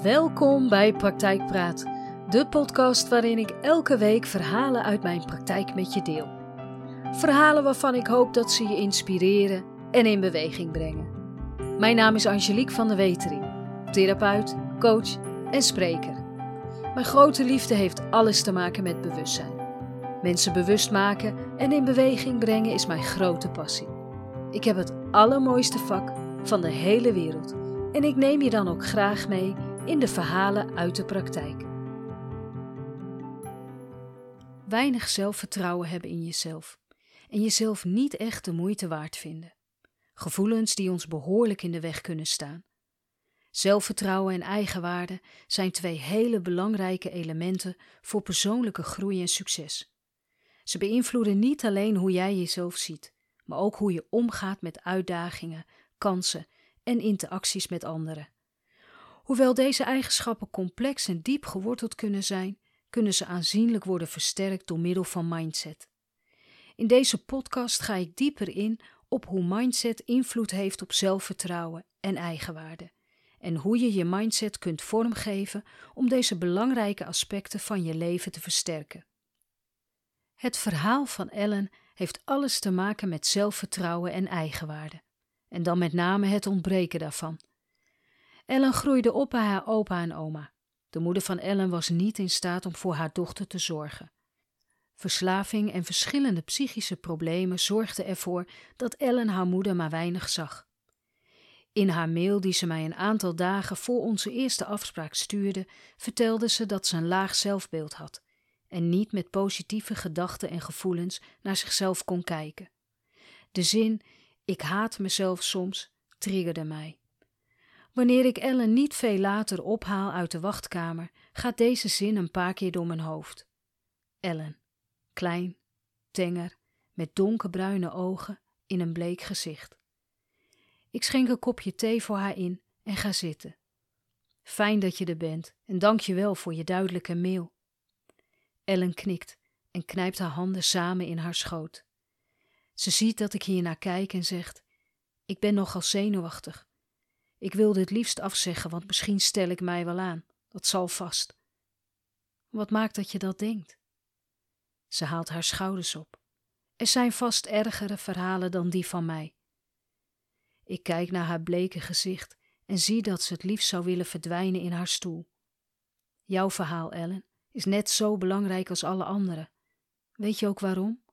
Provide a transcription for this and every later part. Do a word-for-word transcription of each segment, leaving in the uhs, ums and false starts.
Welkom bij Praktijkpraat, de podcast waarin ik elke week verhalen uit mijn praktijk met je deel. Verhalen waarvan ik hoop dat ze je inspireren en in beweging brengen. Mijn naam is Angelique van de Wetering, therapeut, coach en spreker. Mijn grote liefde heeft alles te maken met bewustzijn. Mensen bewust maken en in beweging brengen is mijn grote passie. Ik heb het allermooiste vak van de hele wereld en ik neem je dan ook graag mee in de verhalen uit de praktijk. Weinig zelfvertrouwen hebben in jezelf en jezelf niet echt de moeite waard vinden. Gevoelens die ons behoorlijk in de weg kunnen staan. Zelfvertrouwen en eigenwaarde zijn twee hele belangrijke elementen voor persoonlijke groei en succes. Ze beïnvloeden niet alleen hoe jij jezelf ziet, maar ook hoe je omgaat met uitdagingen, kansen en interacties met anderen. Hoewel deze eigenschappen complex en diep geworteld kunnen zijn, kunnen ze aanzienlijk worden versterkt door middel van mindset. In deze podcast ga ik dieper in op hoe mindset invloed heeft op zelfvertrouwen en eigenwaarde en hoe je je mindset kunt vormgeven om deze belangrijke aspecten van je leven te versterken. Het verhaal van Ellen heeft alles te maken met zelfvertrouwen en eigenwaarde, en dan met name het ontbreken daarvan. Ellen groeide op bij haar opa en oma. De moeder van Ellen was niet in staat om voor haar dochter te zorgen. Verslaving en verschillende psychische problemen zorgden ervoor dat Ellen haar moeder maar weinig zag. In haar mail die ze mij een aantal dagen voor onze eerste afspraak stuurde, vertelde ze dat ze een laag zelfbeeld had en niet met positieve gedachten en gevoelens naar zichzelf kon kijken. De zin, ik haat mezelf soms, triggerde mij. Wanneer ik Ellen niet veel later ophaal uit de wachtkamer, gaat deze zin een paar keer door mijn hoofd. Ellen, klein, tenger, met donkerbruine ogen in een bleek gezicht. Ik schenk een kopje thee voor haar in en ga zitten. Fijn dat je er bent en dank je wel voor je duidelijke mail. Ellen knikt en knijpt haar handen samen in haar schoot. Ze ziet dat ik hier naar kijk en zegt, ik ben nogal zenuwachtig. Ik wilde het liefst afzeggen, want misschien stel ik mij wel aan. Dat zal vast. Wat maakt dat je dat denkt? Ze haalt haar schouders op. Er zijn vast ergere verhalen dan die van mij. Ik kijk naar haar bleke gezicht en zie dat ze het liefst zou willen verdwijnen in haar stoel. Jouw verhaal, Ellen, is net zo belangrijk als alle andere. Weet je ook waarom?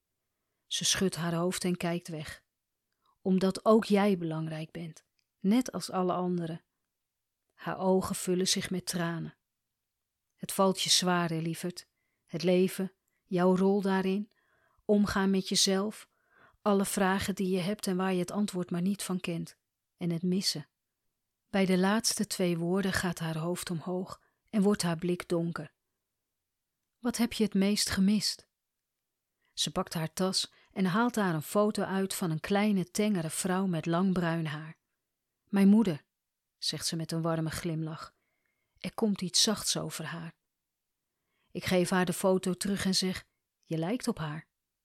Ze schudt haar hoofd en kijkt weg. Omdat ook jij belangrijk bent. Net als alle anderen. Haar ogen vullen zich met tranen. Het valt je zwaar, hè, lieverd. Het leven, jouw rol daarin, omgaan met jezelf, alle vragen die je hebt en waar je het antwoord maar niet van kent, en het missen. Bij de laatste twee woorden gaat haar hoofd omhoog en wordt haar blik donker. Wat heb je het meest gemist? Ze pakt haar tas en haalt daar een foto uit van een kleine, tengere vrouw met lang bruin haar. Mijn moeder, zegt ze met een warme glimlach. Er komt iets zachts over haar. Ik geef haar de foto terug en zeg, je lijkt op haar.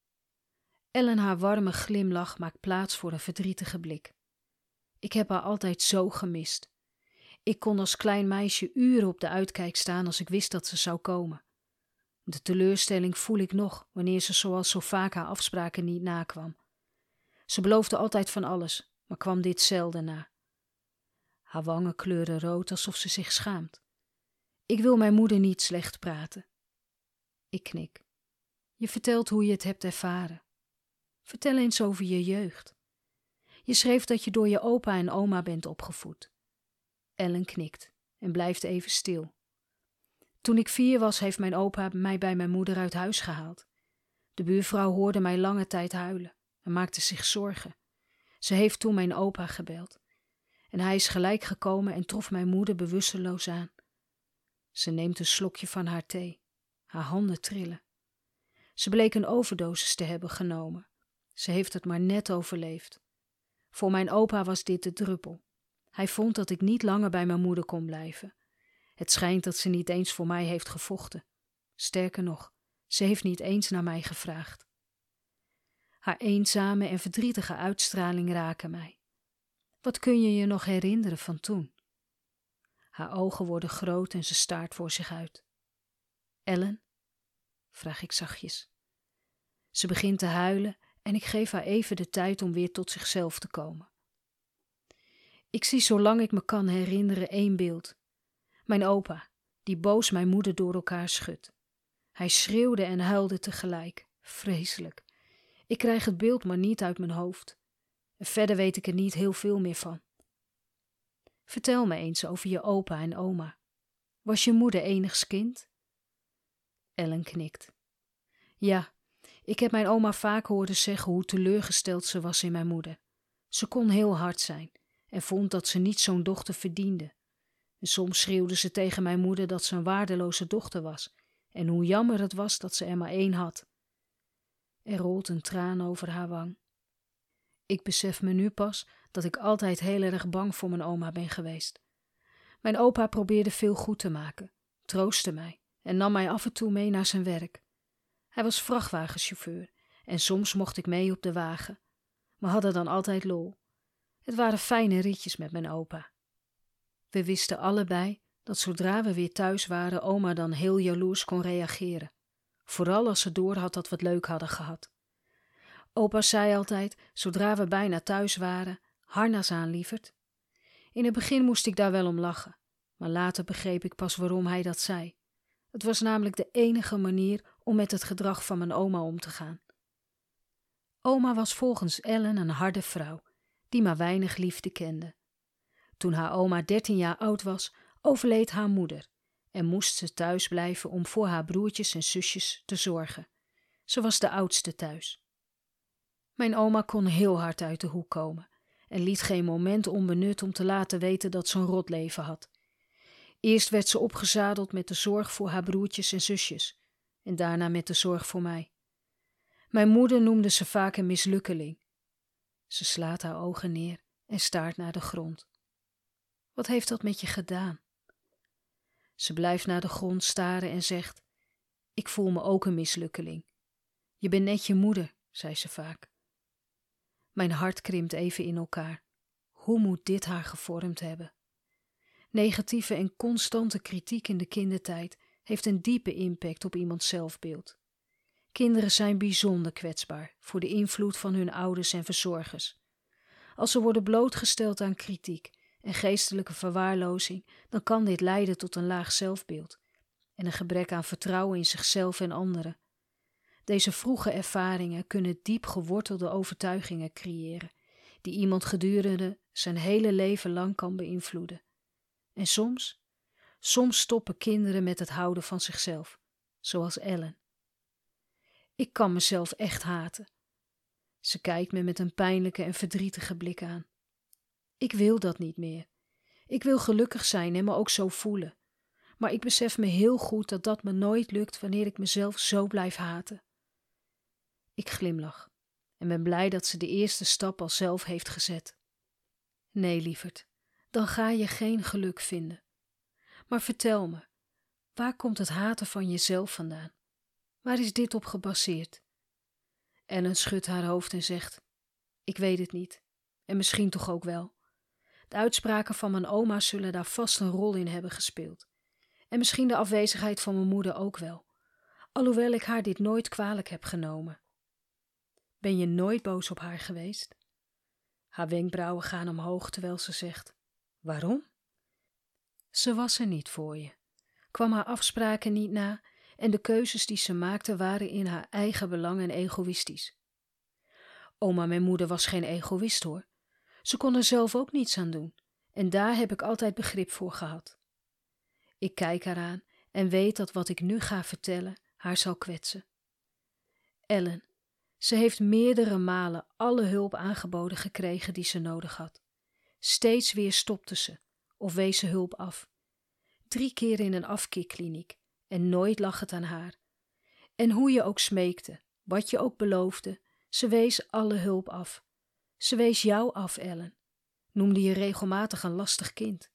Ellen haar warme glimlach maakt plaats voor een verdrietige blik. Ik heb haar altijd zo gemist. Ik kon als klein meisje uren op de uitkijk staan als ik wist dat ze zou komen. De teleurstelling voel ik nog wanneer ze zoals zo vaak haar afspraken niet nakwam. Ze beloofde altijd van alles, maar kwam dit zelden na. Haar wangen kleuren rood alsof ze zich schaamt. Ik wil mijn moeder niet slecht praten. Ik knik. Je vertelt hoe je het hebt ervaren. Vertel eens over je jeugd. Je schreef dat je door je opa en oma bent opgevoed. Ellen knikt en blijft even stil. Toen ik vier was, heeft mijn opa mij bij mijn moeder uit huis gehaald. De buurvrouw hoorde mij lange tijd huilen en maakte zich zorgen. Ze heeft toen mijn opa gebeld. En hij is gelijk gekomen en trof mijn moeder bewusteloos aan. Ze neemt een slokje van haar thee. Haar handen trillen. Ze bleek een overdosis te hebben genomen. Ze heeft het maar net overleefd. Voor mijn opa was dit de druppel. Hij vond dat ik niet langer bij mijn moeder kon blijven. Het schijnt dat ze niet eens voor mij heeft gevochten. Sterker nog, ze heeft niet eens naar mij gevraagd. Haar eenzame en verdrietige uitstraling raken mij. Wat kun je je nog herinneren van toen? Haar ogen worden groot en ze staart voor zich uit. Ellen? Vraag ik zachtjes. Ze begint te huilen en ik geef haar even de tijd om weer tot zichzelf te komen. Ik zie zolang ik me kan herinneren één beeld. Mijn opa, die boos mijn moeder door elkaar schudt. Hij schreeuwde en huilde tegelijk. Vreselijk. Ik krijg het beeld maar niet uit mijn hoofd. En verder weet ik er niet heel veel meer van. Vertel me eens over je opa en oma. Was je moeder enigs kind? Ellen knikt. Ja, ik heb mijn oma vaak horen zeggen hoe teleurgesteld ze was in mijn moeder. Ze kon heel hard zijn en vond dat ze niet zo'n dochter verdiende. En soms schreeuwde ze tegen mijn moeder dat ze een waardeloze dochter was en hoe jammer het was dat ze er maar één had. Er rolt een traan over haar wang. Ik besef me nu pas dat ik altijd heel erg bang voor mijn oma ben geweest. Mijn opa probeerde veel goed te maken, troostte mij en nam mij af en toe mee naar zijn werk. Hij was vrachtwagenchauffeur en soms mocht ik mee op de wagen. We hadden dan altijd lol. Het waren fijne ritjes met mijn opa. We wisten allebei dat zodra we weer thuis waren oma dan heel jaloers kon reageren. Vooral als ze doorhad dat we het leuk hadden gehad. Opa zei altijd, zodra we bijna thuis waren, harnas aan, lieverd. In het begin moest ik daar wel om lachen, maar later begreep ik pas waarom hij dat zei. Het was namelijk de enige manier om met het gedrag van mijn oma om te gaan. Oma was volgens Ellen een harde vrouw, die maar weinig liefde kende. Toen haar oma dertien jaar oud was, overleed haar moeder en moest ze thuis blijven om voor haar broertjes en zusjes te zorgen. Ze was de oudste thuis. Mijn oma kon heel hard uit de hoek komen en liet geen moment onbenut om te laten weten dat ze een rot leven had. Eerst werd ze opgezadeld met de zorg voor haar broertjes en zusjes en daarna met de zorg voor mij. Mijn moeder noemde ze vaak een mislukkeling. Ze slaat haar ogen neer en staart naar de grond. Wat heeft dat met je gedaan? Ze blijft naar de grond staren en zegt: Ik voel me ook een mislukkeling. Je bent net je moeder, zei ze vaak. Mijn hart krimpt even in elkaar. Hoe moet dit haar gevormd hebben? Negatieve en constante kritiek in de kindertijd heeft een diepe impact op iemands zelfbeeld. Kinderen zijn bijzonder kwetsbaar voor de invloed van hun ouders en verzorgers. Als ze worden blootgesteld aan kritiek en geestelijke verwaarlozing, dan kan dit leiden tot een laag zelfbeeld en een gebrek aan vertrouwen in zichzelf en anderen. Deze vroege ervaringen kunnen diep gewortelde overtuigingen creëren, die iemand gedurende zijn hele leven lang kan beïnvloeden. En soms, soms stoppen kinderen met het houden van zichzelf, zoals Ellen. Ik kan mezelf echt haten. Ze kijkt me met een pijnlijke en verdrietige blik aan. Ik wil dat niet meer. Ik wil gelukkig zijn en me ook zo voelen. Maar ik besef me heel goed dat dat me nooit lukt wanneer ik mezelf zo blijf haten. Ik glimlach en ben blij dat ze de eerste stap al zelf heeft gezet. Nee, lieverd, dan ga je geen geluk vinden. Maar vertel me, waar komt het haten van jezelf vandaan? Waar is dit op gebaseerd? Ellen schudt haar hoofd en zegt: Ik weet het niet. En misschien toch ook wel. De uitspraken van mijn oma zullen daar vast een rol in hebben gespeeld. En misschien de afwezigheid van mijn moeder ook wel. Alhoewel ik haar dit nooit kwalijk heb genomen. Ben je nooit boos op haar geweest? Haar wenkbrauwen gaan omhoog terwijl ze zegt: Waarom? Ze was er niet voor je. Kwam haar afspraken niet na en de keuzes die ze maakte waren in haar eigen belang en egoïstisch. Oma, mijn moeder, was geen egoïst hoor. Ze kon er zelf ook niets aan doen en daar heb ik altijd begrip voor gehad. Ik kijk haar aan en weet dat wat ik nu ga vertellen haar zal kwetsen. Ellen, ze heeft meerdere malen alle hulp aangeboden gekregen die ze nodig had. Steeds weer stopte ze of wees ze hulp af. Drie keer in een afkeerkliniek en nooit lag het aan haar. En hoe je ook smeekte, wat je ook beloofde, ze wees alle hulp af. Ze wees jou af, Ellen. Noemde je regelmatig een lastig kind.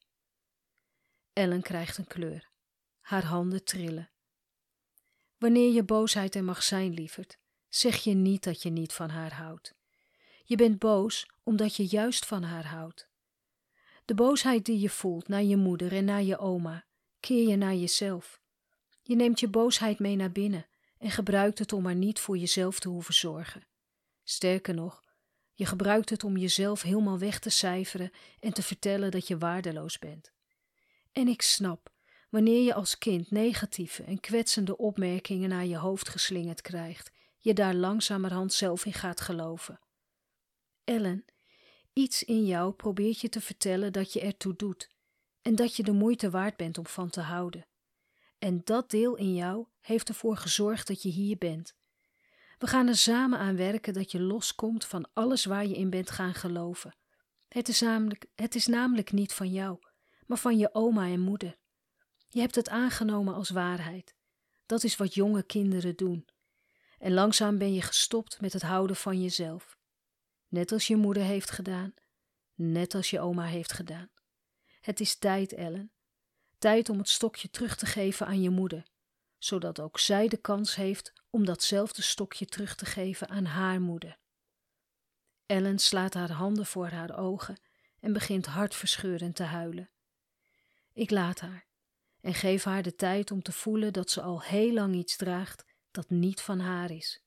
Ellen krijgt een kleur. Haar handen trillen. Wanneer je boosheid er mag zijn, lieverd, zeg je niet dat je niet van haar houdt. Je bent boos omdat je juist van haar houdt. De boosheid die je voelt naar je moeder en naar je oma, keer je naar jezelf. Je neemt je boosheid mee naar binnen en gebruikt het om maar niet voor jezelf te hoeven zorgen. Sterker nog, je gebruikt het om jezelf helemaal weg te cijferen en te vertellen dat je waardeloos bent. En ik snap, wanneer je als kind negatieve en kwetsende opmerkingen naar je hoofd geslingerd krijgt, je daar langzamerhand zelf in gaat geloven. Ellen, iets in jou probeert je te vertellen dat je ertoe doet en dat je de moeite waard bent om van te houden. En dat deel in jou heeft ervoor gezorgd dat je hier bent. We gaan er samen aan werken dat je loskomt van alles waar je in bent gaan geloven. Het is namelijk, het is namelijk niet van jou, maar van je oma en moeder. Je hebt het aangenomen als waarheid. Dat is wat jonge kinderen doen. En langzaam ben je gestopt met het houden van jezelf. Net als je moeder heeft gedaan, net als je oma heeft gedaan. Het is tijd, Ellen. Tijd om het stokje terug te geven aan je moeder, zodat ook zij de kans heeft om datzelfde stokje terug te geven aan haar moeder. Ellen slaat haar handen voor haar ogen en begint hartverscheurend te huilen. Ik laat haar en geef haar de tijd om te voelen dat ze al heel lang iets draagt dat niet van haar is.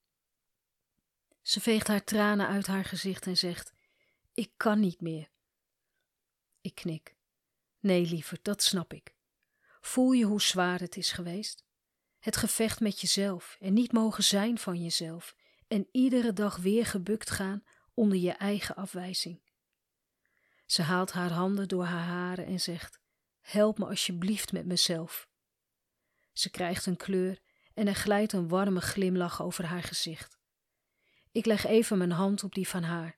Ze veegt haar tranen uit haar gezicht en zegt: ik kan niet meer. Ik knik. Nee, lieverd, dat snap ik. Voel je hoe zwaar het is geweest? Het gevecht met jezelf en niet mogen zijn van jezelf en iedere dag weer gebukt gaan onder je eigen afwijzing. Ze haalt haar handen door haar haren en zegt: help me alsjeblieft met mezelf. Ze krijgt een kleur en er glijdt een warme glimlach over haar gezicht. Ik leg even mijn hand op die van haar.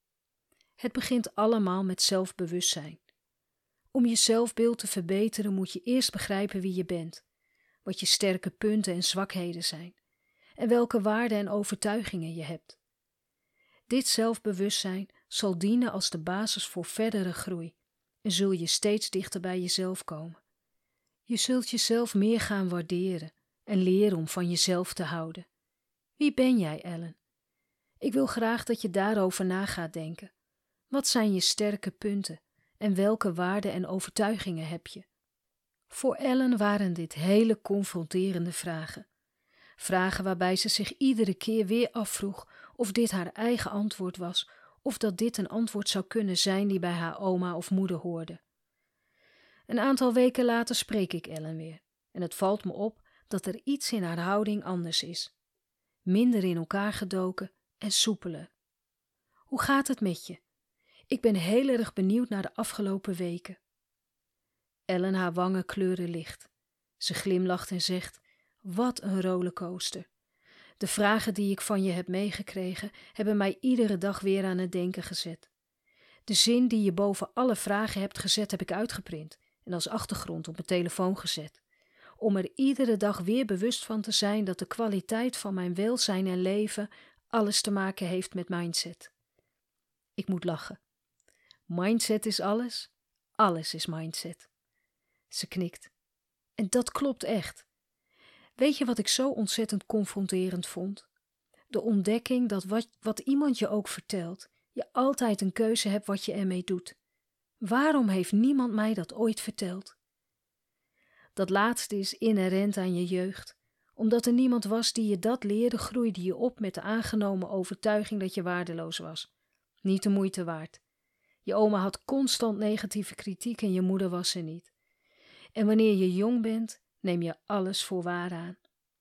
Het begint allemaal met zelfbewustzijn. Om je zelfbeeld te verbeteren moet je eerst begrijpen wie je bent, wat je sterke punten en zwakheden zijn en welke waarden en overtuigingen je hebt. Dit zelfbewustzijn zal dienen als de basis voor verdere groei en zul je steeds dichter bij jezelf komen. Je zult jezelf meer gaan waarderen en leren om van jezelf te houden. Wie ben jij, Ellen? Ik wil graag dat je daarover na gaat denken. Wat zijn je sterke punten en welke waarden en overtuigingen heb je? Voor Ellen waren dit hele confronterende vragen. Vragen waarbij ze zich iedere keer weer afvroeg of dit haar eigen antwoord was of dat dit een antwoord zou kunnen zijn die bij haar oma of moeder hoorde. Een aantal weken later spreek ik Ellen weer en het valt me op dat er iets in haar houding anders is. Minder in elkaar gedoken en soepeler. Hoe gaat het met je? Ik ben heel erg benieuwd naar de afgelopen weken. Ellen, haar wangen kleuren licht. Ze glimlacht en zegt: wat een rollercoaster. De vragen die ik van je heb meegekregen hebben mij iedere dag weer aan het denken gezet. De zin die je boven alle vragen hebt gezet heb ik uitgeprint en als achtergrond op mijn telefoon gezet. Om er iedere dag weer bewust van te zijn dat de kwaliteit van mijn welzijn en leven alles te maken heeft met mindset. Ik moet lachen. Mindset is alles, alles is mindset. Ze knikt. En dat klopt echt. Weet je wat ik zo ontzettend confronterend vond? De ontdekking dat wat, wat iemand je ook vertelt, je altijd een keuze hebt wat je ermee doet. Waarom heeft niemand mij dat ooit verteld? Dat laatste is inherent aan je jeugd. Omdat er niemand was die je dat leerde, groeide je op met de aangenomen overtuiging dat je waardeloos was. Niet de moeite waard. Je oma had constant negatieve kritiek en je moeder was er niet. En wanneer je jong bent, neem je alles voor waar aan.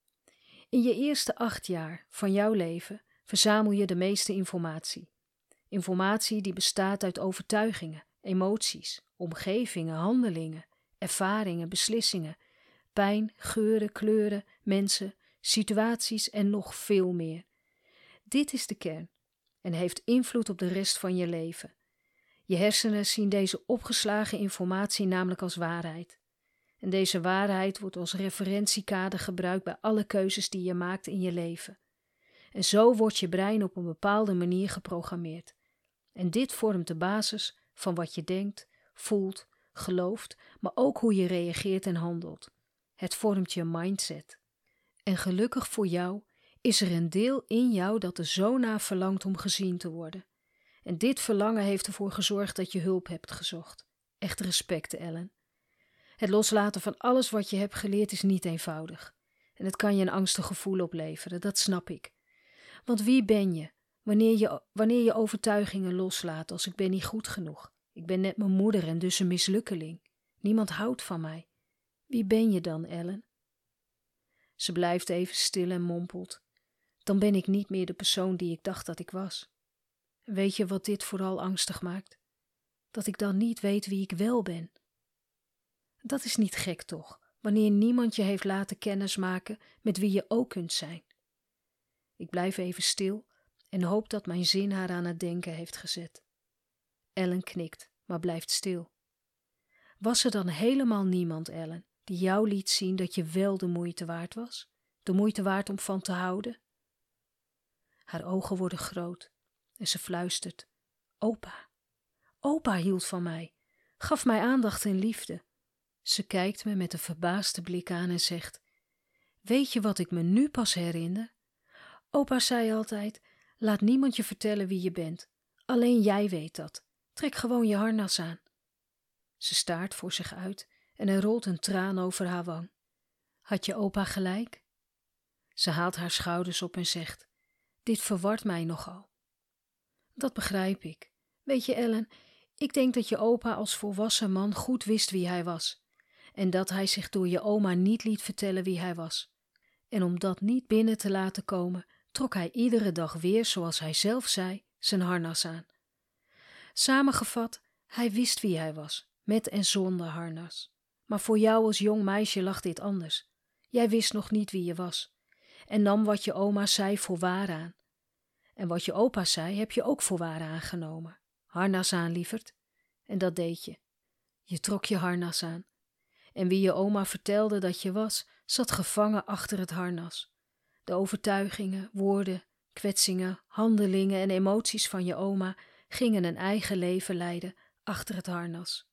In je eerste acht jaar van jouw leven verzamel je de meeste informatie. Informatie die bestaat uit overtuigingen, emoties, omgevingen, handelingen, ervaringen, beslissingen, pijn, geuren, kleuren, mensen, situaties en nog veel meer. Dit is de kern en heeft invloed op de rest van je leven. Je hersenen zien deze opgeslagen informatie namelijk als waarheid. En deze waarheid wordt als referentiekader gebruikt bij alle keuzes die je maakt in je leven. En zo wordt je brein op een bepaalde manier geprogrammeerd. En dit vormt de basis van wat je denkt, voelt, gelooft, maar ook hoe je reageert en handelt. Het vormt je mindset. En gelukkig voor jou is er een deel in jou dat er zo naar verlangt om gezien te worden. En dit verlangen heeft ervoor gezorgd dat je hulp hebt gezocht. Echt respect, Ellen. Het loslaten van alles wat je hebt geleerd is niet eenvoudig. En het kan je een angstig gevoel opleveren, dat snap ik. Want wie ben je wanneer je, wanneer je overtuigingen loslaat als ik ben niet goed genoeg? Ik ben net mijn moeder en dus een mislukkeling. Niemand houdt van mij. Wie ben je dan, Ellen? Ze blijft even stil en mompelt. Dan ben ik niet meer de persoon die ik dacht dat ik was. En weet je wat dit vooral angstig maakt? Dat ik dan niet weet wie ik wel ben. Dat is niet gek toch, wanneer niemand je heeft laten kennismaken met wie je ook kunt zijn. Ik blijf even stil en hoop dat mijn zin haar aan het denken heeft gezet. Ellen knikt, maar blijft stil. Was er dan helemaal niemand, Ellen, die jou liet zien dat je wel de moeite waard was? De moeite waard om van te houden? Haar ogen worden groot en ze fluistert. Opa. Opa hield van mij, gaf mij aandacht en liefde. Ze kijkt me met een verbaasde blik aan en zegt: Weet je wat ik me nu pas herinner? Opa zei altijd, laat niemand je vertellen wie je bent. Alleen jij weet dat. Trek gewoon je harnas aan. Ze staart voor zich uit en er rolt een traan over haar wang. Had je opa gelijk? Ze haalt haar schouders op en zegt: Dit verwart mij nogal. Dat begrijp ik. Weet je, Ellen, ik denk dat je opa als volwassen man goed wist wie hij was. En dat hij zich door je oma niet liet vertellen wie hij was. En om dat niet binnen te laten komen, trok hij iedere dag weer, zoals hij zelf zei, zijn harnas aan. Samengevat, hij wist wie hij was, met en zonder harnas. Maar voor jou als jong meisje lag dit anders. Jij wist nog niet wie je was. En nam wat je oma zei voor waar aan. En wat je opa zei, heb je ook voor waar aangenomen. Harnas aan, lieverd. En dat deed je. Je trok je harnas aan. En wie je oma vertelde dat je was, zat gevangen achter het harnas. De overtuigingen, woorden, kwetsingen, handelingen en emoties van je oma gingen een eigen leven leiden achter het harnas.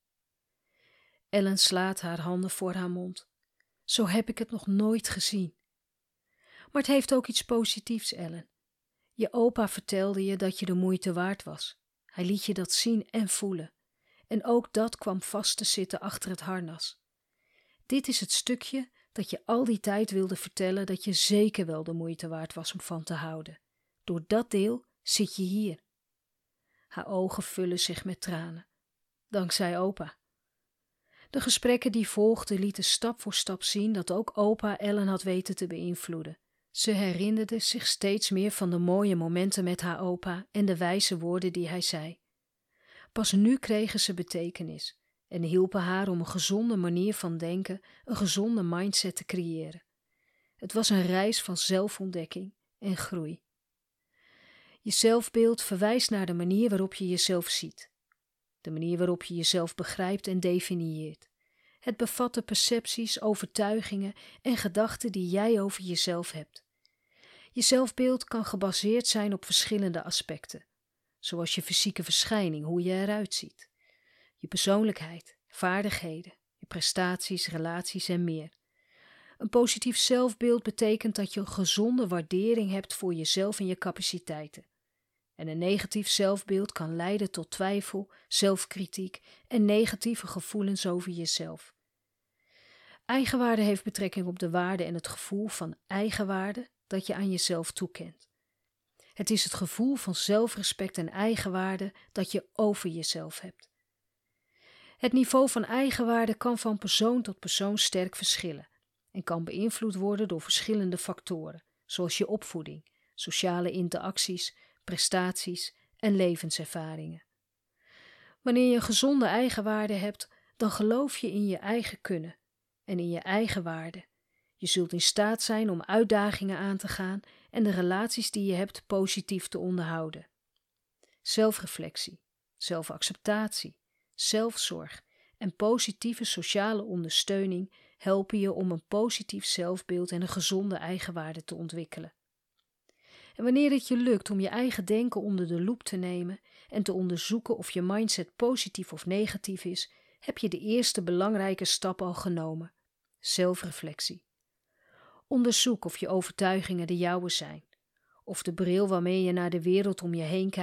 Ellen slaat haar handen voor haar mond. Zo heb ik het nog nooit gezien. Maar het heeft ook iets positiefs, Ellen. Je opa vertelde je dat je de moeite waard was. Hij liet je dat zien en voelen. En ook dat kwam vast te zitten achter het harnas. Dit is het stukje dat je al die tijd wilde vertellen dat je zeker wel de moeite waard was om van te houden. Door dat deel zit je hier. Haar ogen vullen zich met tranen. Dankzij opa. De gesprekken die volgden lieten stap voor stap zien dat ook opa Ellen had weten te beïnvloeden. Ze herinnerde zich steeds meer van de mooie momenten met haar opa en de wijze woorden die hij zei. Pas nu kregen ze betekenis en hielpen haar om een gezonde manier van denken, een gezonde mindset te creëren. Het was een reis van zelfontdekking en groei. Je zelfbeeld verwijst naar de manier waarop je jezelf ziet. De manier waarop je jezelf begrijpt en definieert. Het bevat de percepties, overtuigingen en gedachten die jij over jezelf hebt. Je zelfbeeld kan gebaseerd zijn op verschillende aspecten, zoals je fysieke verschijning, hoe je eruit ziet, je persoonlijkheid, vaardigheden, je prestaties, relaties en meer. Een positief zelfbeeld betekent dat je een gezonde waardering hebt voor jezelf en je capaciteiten. En een negatief zelfbeeld kan leiden tot twijfel, zelfkritiek en negatieve gevoelens over jezelf. Eigenwaarde heeft betrekking op de waarde en het gevoel van eigenwaarde dat je aan jezelf toekent. Het is het gevoel van zelfrespect en eigenwaarde dat je over jezelf hebt. Het niveau van eigenwaarde kan van persoon tot persoon sterk verschillen en kan beïnvloed worden door verschillende factoren, zoals je opvoeding, sociale interacties, prestaties en levenservaringen. Wanneer je een gezonde eigenwaarde hebt, dan geloof je in je eigen kunnen en in je eigen waarde. Je zult in staat zijn om uitdagingen aan te gaan en de relaties die je hebt positief te onderhouden. Zelfreflectie, zelfacceptatie, zelfzorg en positieve sociale ondersteuning helpen je om een positief zelfbeeld en een gezonde eigenwaarde te ontwikkelen. En wanneer het je lukt om je eigen denken onder de loep te nemen en te onderzoeken of je mindset positief of negatief is, heb je de eerste belangrijke stap al genomen: zelfreflectie. Onderzoek of je overtuigingen de jouwe zijn, of de bril waarmee je naar de wereld om je heen kijkt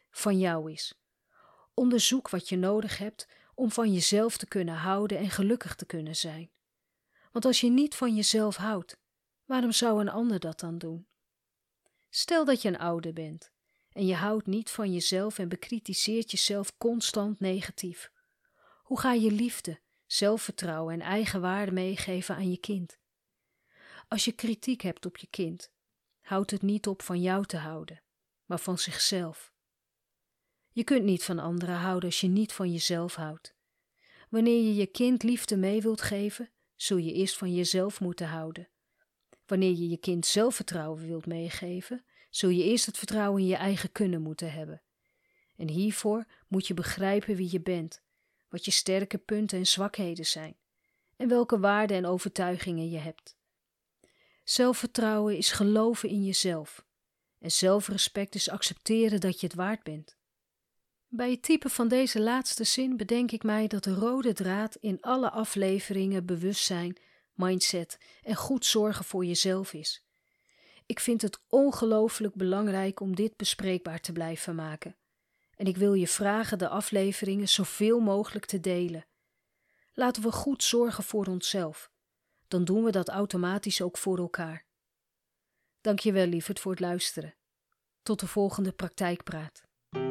van jou is. Onderzoek wat je nodig hebt om van jezelf te kunnen houden en gelukkig te kunnen zijn. Want als je niet van jezelf houdt, waarom zou een ander dat dan doen? Stel dat je een ouder bent en je houdt niet van jezelf en bekritiseert jezelf constant negatief. Hoe ga je liefde, zelfvertrouwen en eigenwaarde meegeven aan je kind? Als je kritiek hebt op je kind, houdt het niet op van jou te houden, maar van zichzelf. Je kunt niet van anderen houden als je niet van jezelf houdt. Wanneer je je kind liefde mee wilt geven, zul je eerst van jezelf moeten houden. Wanneer je je kind zelfvertrouwen wilt meegeven, zul je eerst het vertrouwen in je eigen kunnen moeten hebben. En hiervoor moet je begrijpen wie je bent, wat je sterke punten en zwakheden zijn, en welke waarden en overtuigingen je hebt. Zelfvertrouwen is geloven in jezelf, en zelfrespect is accepteren dat je het waard bent. Bij het typen van deze laatste zin bedenk ik mij dat de rode draad in alle afleveringen bewustzijn, mindset en goed zorgen voor jezelf is. Ik vind het ongelooflijk belangrijk om dit bespreekbaar te blijven maken. En ik wil je vragen de afleveringen zoveel mogelijk te delen. Laten we goed zorgen voor onszelf. Dan doen we dat automatisch ook voor elkaar. Dank je wel, lieverd, voor het luisteren. Tot de volgende praktijkpraat.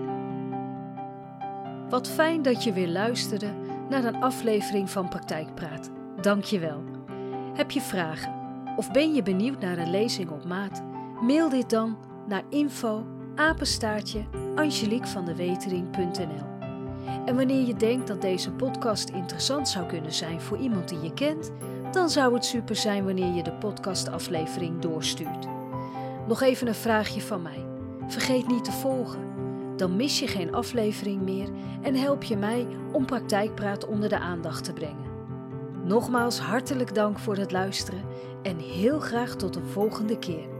Wat fijn dat je weer luisterde naar een aflevering van Praktijkpraat. Dank je wel. Heb je vragen of ben je benieuwd naar een lezing op maat? Mail dit dan naar info apenstaartje angeliquevandewetering punt n l. En wanneer je denkt dat deze podcast interessant zou kunnen zijn voor iemand die je kent, dan zou het super zijn wanneer je de podcastaflevering doorstuurt. Nog even een vraagje van mij. Vergeet niet te volgen. Dan mis je geen aflevering meer en help je mij om Praktijkpraat onder de aandacht te brengen. Nogmaals hartelijk dank voor het luisteren en heel graag tot een volgende keer.